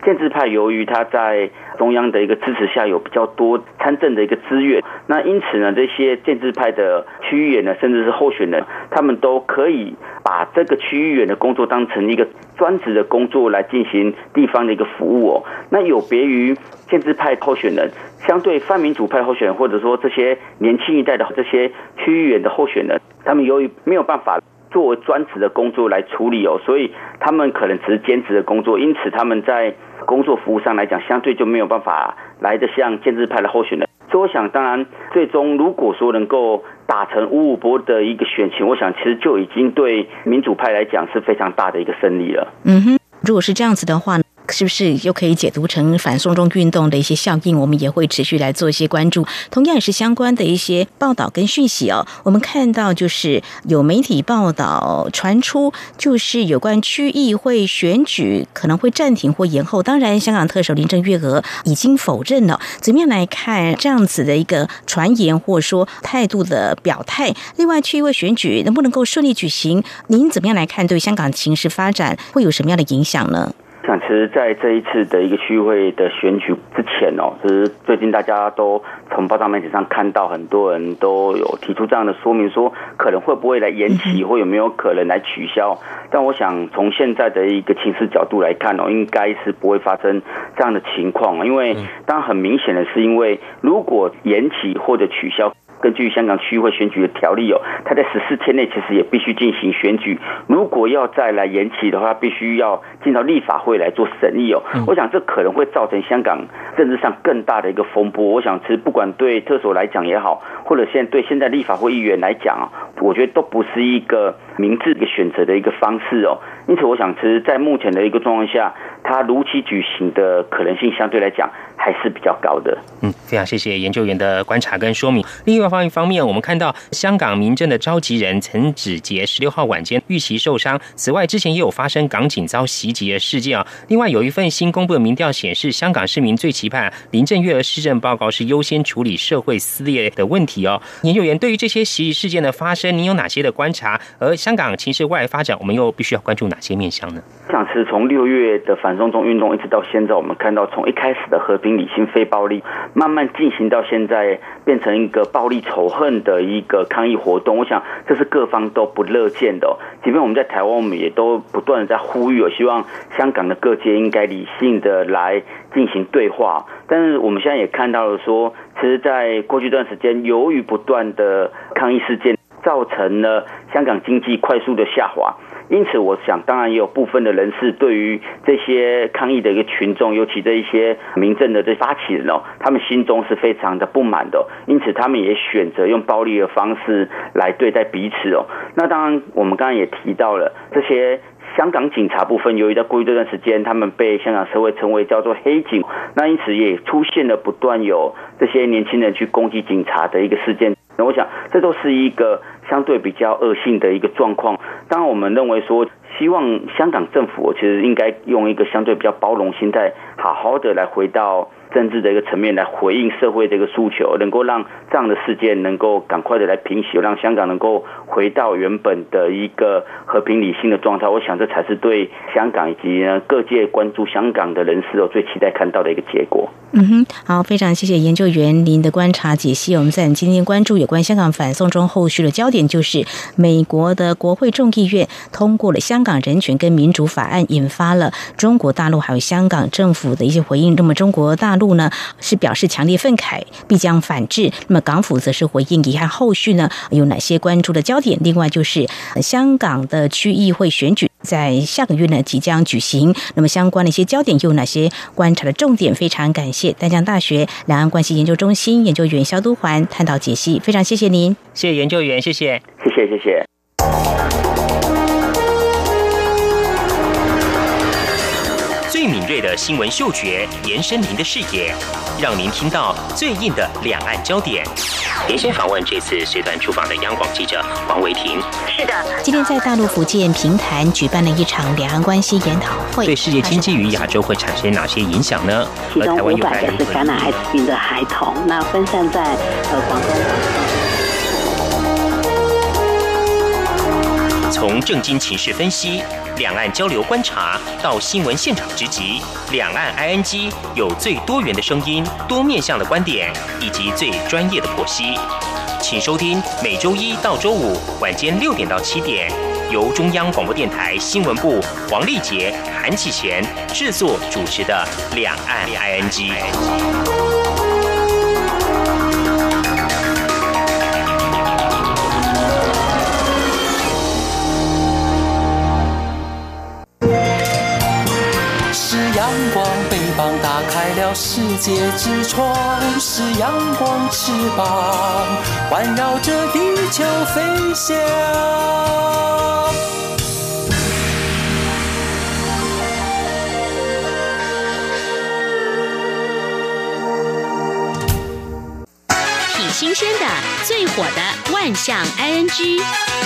建制派由于他在中央的一个支持下有比较多参政的一个资源，那因此呢，这些建制派的区议员呢，甚至是候选人，他们都可以把这个区议员的工作当成一个专职的工作来进行地方的一个服务哦。那有别于建制派候选人，相对泛民主派候选人，或者说这些年轻一代的这些区议员的候选人，他们由于没有办法作为专职的工作来处理哦，所以他们可能只是兼职的工作，因此他们在工作服务上来讲，相对就没有办法来得像建制派的候选人。所以我想，当然最终如果说能够打成5-5波的一个选情，我想其实就已经对民主派来讲是非常大的一个胜利了。 如果是这样子的话，是不是又可以解读成反送中运动的一些效应？我们也会持续来做一些关注。同样也是相关的一些报道跟讯息哦。我们看到就是有媒体报道传出，就是有关区议会选举可能会暂停或延后。当然，香港特首林郑月娥已经否认了。怎么样来看这样子的一个传言或说态度的表态？另外，区议会选举能不能够顺利举行？您怎么样来看对香港情势发展会有什么样的影响呢？ 想其实在这一次的一个区议会的选举之前哦，就是最近大家都从报章媒体上看到很多人都有提出这样的说明，说可能会不会来延期，或有没有可能来取消。但我想从现在的一个情势角度来看哦，应该是不会发生这样的情况，因为当然很明显的是，因为如果延期或者取消，根据香港区议会选举的条例哦，他在14天内其实也必须进行选举。如果要再来延期的话，必须要进到立法会来做审议哦。我想这可能会造成香港政治上更大的一个风波。我想其实不管对特首来讲也好，或者对现在立法会议员来讲啊，我觉得都不是一个明智的选择的一个方式哦。因此我想其实在目前的一个状况下，它如期举行的可能性相对来讲还是比较高的。 非常谢谢研究员的观察跟说明。另外一方面，我们看到香港民政的召集人陈子杰16号晚间遇袭受伤。此外，之前也有发生港警遭袭击的事件啊。另外，有一份新公布的民调显示，香港市民最期盼林郑月娥施政报告是优先处理社会撕裂的问题哦。研究员对于这些袭击事件的发生，您有哪些的观察？而香港情势未来发展，我们又必须要关注哪些面向呢？ 想是从6月的反送中运动一直到现在，我们看到从一开始的和平理性非暴力，慢慢进行到现在变成一个暴力仇恨的一个抗议活动。我想这是各方都不乐见的哦。即便我们在台湾，我们也都不断的在呼吁，希望香港的各界应该理性的来进行对话。但是我们现在也看到了说，其实在过去一段时间，由于不断的抗议事件，造成了香港经济快速的下滑。因此我想当然也有部分的人士对于这些抗议的一个群众，尤其这一些民政的这发起人哦，他们心中是非常的不满的，因此他们也选择用暴力的方式来对待彼此哦。那当然我们刚刚也提到了这些香港警察部分，由于在过去这段时间他们被香港社会称为叫做黑警，那因此也出现了不断有这些年轻人去攻击警察的一个事件。我想这都是一个相对比较恶性的一个状况。当然我们认为说，希望香港政府其实应该用一个相对比较包容心态，好好的来回到政治的一个层面来回应社会的一个诉求，能够让这样的事件能够赶快的来平息，让香港能够回到原本的一个和平理性的状态。我想这才是对香港以及各界关注香港的人士最期待看到的一个结果。 好，非常谢谢研究员您的观察解析。我们在今天关注有关香港反送中后续的焦点，就是美国的国会众议院通过了香港人权跟民主法案，引发了中国大陆还有香港政府的一些回应。那么中国大陆呢是表示强烈愤慨，必将反制。那么港府则是回应，遗憾后续呢有哪些关注的焦点？另外就是香港的区议会选举在下个月呢即将举行，那么相关的一些焦点又有哪些观察的重点？非常感谢淡江大学两岸关系研究中心研究员萧都环探讨解析，非常谢谢您。 谢谢研究员，谢谢。最敏锐的新闻嗅觉，延伸您的视野，让您听到最硬的两岸焦点。连线访问这次随团出访的央广记者王维婷。 是的，今天在大陆福建平潭举办了一场两岸关系研讨会， 对世界经济与亚洲会产生哪些影响呢？ 其中500个是感染艾滋病的孩童，那分散在广东。 从政经情势分析， 两岸交流观察到新闻现场直击，两岸 ING 有最多元的声音、多面向的观点以及最专业的剖析。请收听每周一到周五晚间6点到7点，由中央广播电台新闻部黄丽杰、韩启贤制作主持的《两岸 ING》。 阳光，翅膀打开了世界之窗，是阳光翅膀环绕着地球飞翔。 挺新鲜的，最火的万象 ING。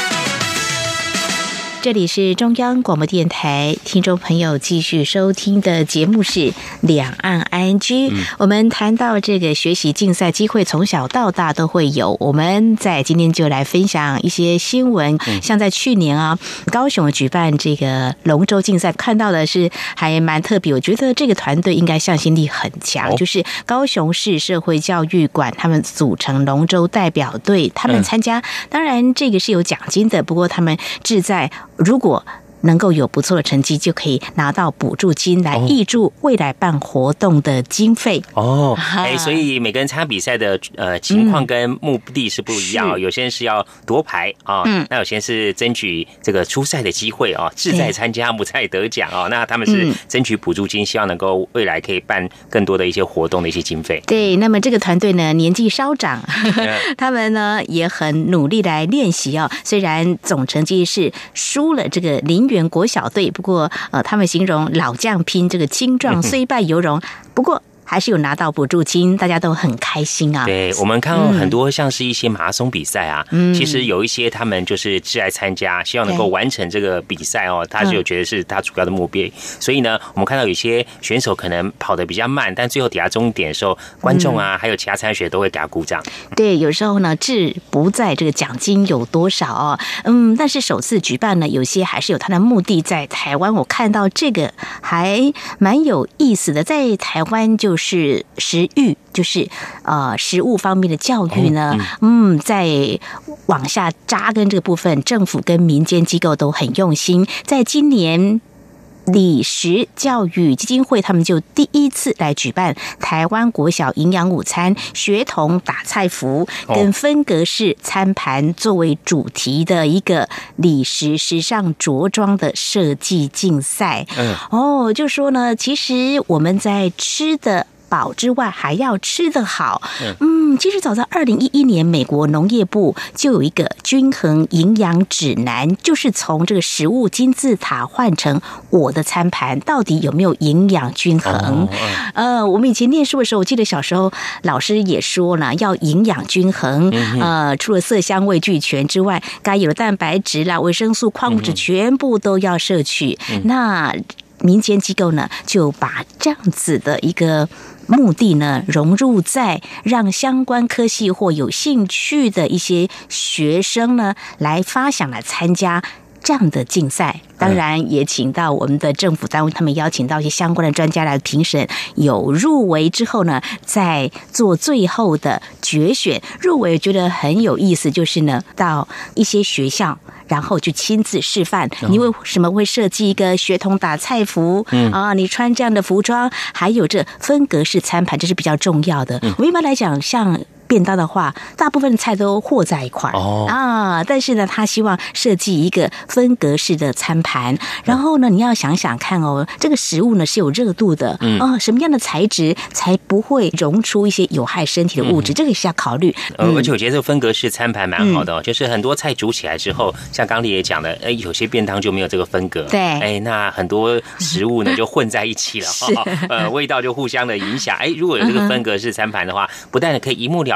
这里是中央广播电台，听众朋友继续收听的节目是两岸 ING。我们谈到这个学习竞赛机会，从小到大都会有。我们在今天就来分享一些新闻，像在去年啊，高雄举办这个龙舟竞赛，看到的是还蛮特别。我觉得这个团队应该向心力很强，就是高雄市社会教育馆他们组成龙舟代表队，他们参加，当然这个是有奖金的，不过他们志在如果能够有不错的成绩，就可以拿到补助金来挹注未来办活动的经费。 所以每个人参加比赛的情况跟目的是不一样，有些人是要夺牌那有些人是争取这个出赛的机会志在参加不在得奖那他们是争取补助金，希望能够未来可以办更多的一些活动的一些经费。 对，那么这个团队呢年纪稍长，他们呢也很努力来练习虽然总成绩是输了这个林园国小队，不过他们形容老将拼这个精壮，虽败犹荣。不过还是有拿到补助金，大家都很开心啊。 对，我们看到很多像是一些马拉松比赛啊，其实有一些他们就是志在参加，希望能够完成这个比赛他就觉得是他主要的目标。所以呢，我们看到有些选手可能跑得比较慢，但最后抵达终点的时候，观众啊还有其他参选都会给他鼓掌。 对，有时候呢志不在这个奖金有多少但是首次举办呢，有些还是有它的目的。在台湾我看到这个还蛮有意思的，在台湾就是食育，就是食物方面的教育呢，在往下扎根这个部分，政府跟民间机构都很用心。在今年理食教育基金会，他们就第一次来举办台湾国小营养午餐学童打菜服跟分格式餐盘作为主题的一个理食时尚着装的设计竞赛。就说呢，其实我们在吃的饱之外还要吃得好。其实早在2011年，美国农业部就有一个均衡营养指南，就是从这个食物金字塔换成我的餐盘到底有没有营养均衡。我们以前念书的时候，我记得小时候老师也说了，要营养均衡。除了色香味俱全之外，该有的蛋白质啦、维生素、矿物质全部都要摄取。那民间机构呢，就把这样子的一个目的呢融入在让相关科系或有兴趣的一些学生呢来发想来参加这样的竞赛。当然也请到我们的政府单位，他们邀请到一些相关的专家来评审，有入围之后呢再做最后的决选。入围觉得很有意思，就是呢到一些学校然后去亲自示范，你为什么会设计一个学童打菜服你穿这样的服装，还有这分格式餐盘，这是比较重要的。我们一般来讲像便当的话，大部分的菜都和在一块但是呢他希望设计一个分格式的餐盘，然后呢你要想想看这个食物呢是有热度的什么样的材质才不会溶出一些有害身体的物质，这个是要考虑。 而且我觉得这个分格式餐盘蛮好的就是很多菜煮起来之后，像刚才也讲的有些便当就没有这个分格， 对那很多食物呢就混在一起了味道就互相的影响。如果有这个分格式餐盘的话，不但可以一目了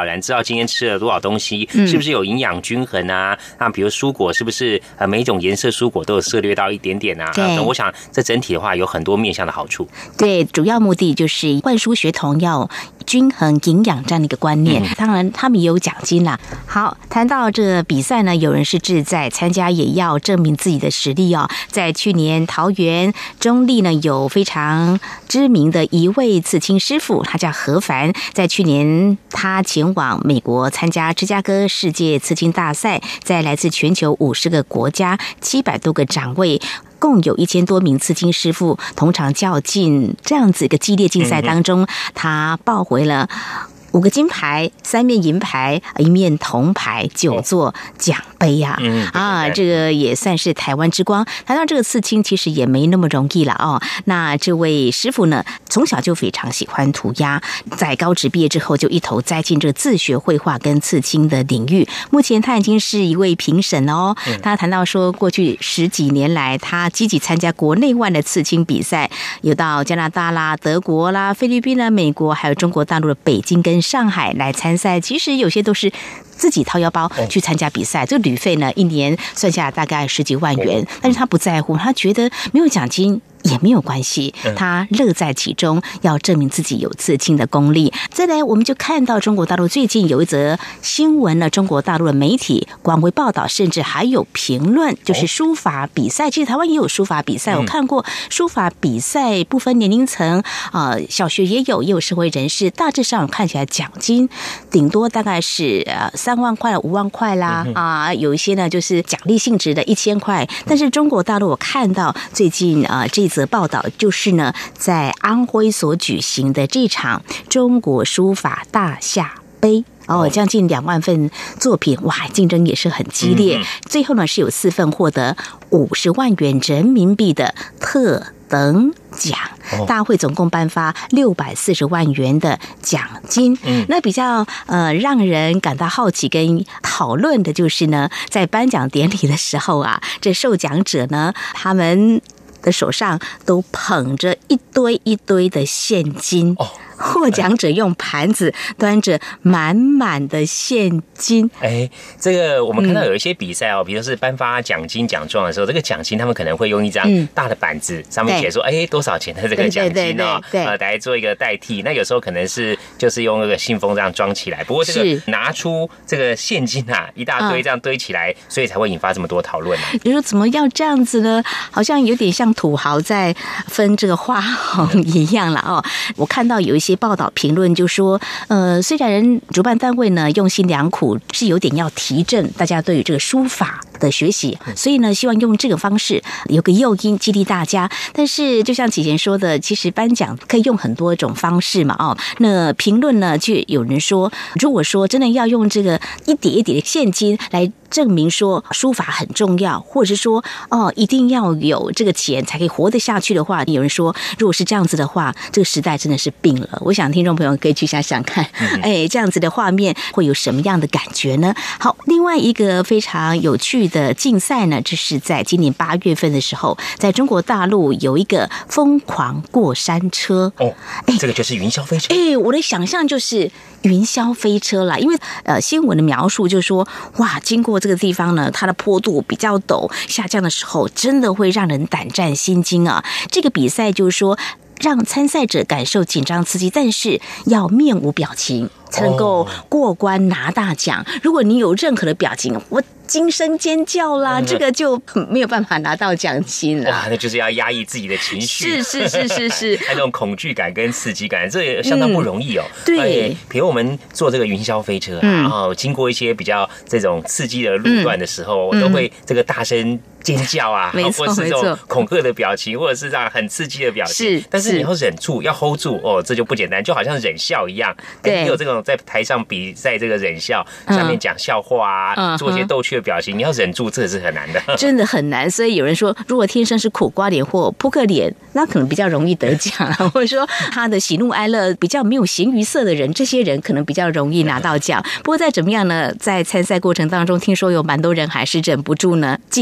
了然，知道今天吃了多少东西，是不是有营养均衡啊？那比如蔬果是不是每一种颜色蔬果都有涉猎到一点点啊？我想这整体的话有很多面向的好处。 对，主要目的就是灌输学童要均衡营养这样的一个观念。当然他们也有奖金啦。好，谈到这个比赛呢，有人是志在参加，也要证明自己的实力哦。在去年桃园中坜呢，有非常知名的一位刺青师傅，他叫何凡。在去年他前往美国参加芝加哥世界刺青大赛，在来自全球50个国家700多个掌位，共有1000多名刺青师傅同场较劲，这样子一个激烈竞赛当中，他抱回了5个金牌、3面银牌、1面铜牌、9座奖杯呀！这个也算是台湾之光。谈到这个刺青，其实也没那么容易了哦。那这位师傅呢，从小就非常喜欢涂鸦，在高职毕业之后就一头栽进这个自学绘画跟刺青的领域。目前他已经是一位评审哦。他谈到说，过去10几年来，他积极参加国内外的刺青比赛，有到加拿大啦、德国啦、菲律宾啦、美国，还有中国大陆的北京跟上海来参赛。其实有些都是自己掏腰包去参加比赛，这个旅费呢，一年算下来大概10几万元，但是他不在乎，他觉得没有奖金也没有关系，他乐在其中，要证明自己有刺青的功力。再来，我们就看到中国大陆最近有一则新闻呢，中国大陆的媒体广为报道，甚至还有评论，就是书法比赛。其实台湾也有书法比赛，我看过书法比赛不分年龄层，小学也有社会人士，大致上看起来奖金顶多大概是3万块、5万块啦，有一些呢就是奖励性质的1000块。但是中国大陆我看到最近这则报道，就是呢在安徽所举行的这场中国书法大夏杯。将近2万份作品，哇，竞争也是很激烈。最后呢是有4份获得50万元人民币的特等奖，大会总共颁发640万元的奖金。那比较让人感到好奇跟讨论的就是呢，在颁奖典礼的时候啊，这受奖者呢，他们的手上都捧着一堆一堆的现金。获奖者用盘子端着满满的现金。 这个我们看到有一些比赛哦，比如是颁发奖金奖状的时候，这个奖金他们可能会用一张大的板子，上面写说多少钱的这个奖金哦，来做一个代替。那有时候可能是就是用那个信封这样装起来，不过这个拿出这个现金啊，一大堆这样堆起来，所以才会引发这么多讨论。 比如说怎么要这样子呢？好像有点像土豪在分这个花红一样了哦。我看到有一些报道评论就说，虽然主办单位呢用心良苦，是有点要提振大家对于这个书法的学习，所以呢希望用这个方式有个诱因激励大家。但是就像启贤说的，其实颁奖可以用很多种方式嘛那评论呢就有人说，如果说真的要用这个一叠一叠的现金来证明说书法很重要，或者是说一定要有这个钱才可以活得下去的话，有人说如果是这样子的话，这个时代真的是病了。我想听众朋友可以去想想看，这样子的画面会有什么样的感觉呢？好，另外一个非常有趣的竞赛呢，这是在今年8月份的时候，在中国大陆有一个疯狂过山车。 这个就是云霄飞车。 我的想象就是云霄飞车啦，因为新闻的描述就是说，哇，经过这个地方呢，它的坡度比较陡，下降的时候真的会让人胆战心惊啊。这个比赛就是说，让参赛者感受紧张刺激，但是要面无表情才能够过关拿大奖。如果你有任何的表情，我惊声尖叫啦，这个就没有办法拿到奖金了。 哇，那就是要压抑自己的情绪， 是那种恐惧感跟刺激感，这也相当不容易哦。 对， 比如我们坐这个云霄飞车然后经过一些比较这种刺激的路段的时候，我都会这个大声尖叫啊，或者是这种恐吓的表情，或者是这样很刺激的表情。但是你要忍住，要 hold 住这就不简单，就好像忍笑一样。你有这种在台上比赛这个忍笑，上面讲笑话啊，做一些逗趣的表情，你要忍住，这是很难的， 真的很难。所以有人说，如果天生是苦瓜脸或扑克脸，那可能比较容易得奖或者说他的喜怒哀乐比较没有形于色的人，这些人可能比较容易拿到奖。不过再怎么样呢，在参赛过程当中，听说有蛮多人还是忍不住呢，尽情的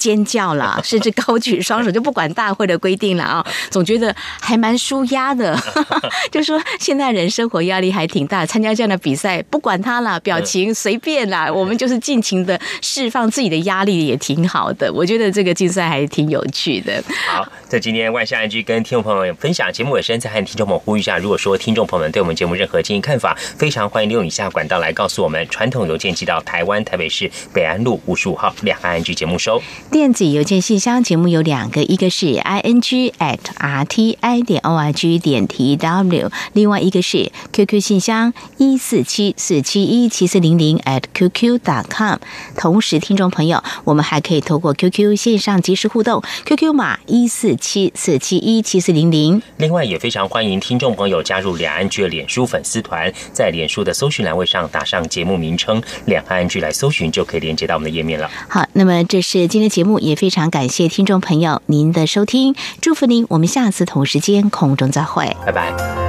尖叫啦，甚至高举双手，就不管大会的规定了啊，总觉得还蛮舒压的。就说现在人生活压力还挺大，参加这样的比赛，不管他啦，表情随便啦，我们就是尽情的释放自己的压力，也挺好的。我觉得这个竞赛还挺有趣的。 好，在今天万象安居跟听众朋友们分享节目尾声，再和听众朋友呼吁一下，如果说听众朋友们对我们节目任何建议看法，非常欢迎利用以下管道来告诉我们。传统邮件寄到台湾台北市北安路55号两岸安居节目收。 电子邮件信箱节目有2个，一个是 ing@rti.org.tw， 另外一个是 QQ 信箱14747717400@qq.com。同时，听众朋友，我们还可以透过 QQ 线上即时互动 ，QQ 码14747717400。 另外，也非常欢迎听众朋友加入两岸居的脸书粉丝团，在脸书的搜寻栏位上打上节目名称“两岸安居”来搜寻，就可以连接到我们的页面了。 好，那么这是今天的节目，也非常感谢听众朋友您的收听，祝福您，我们下次同时间空中再会， 拜拜。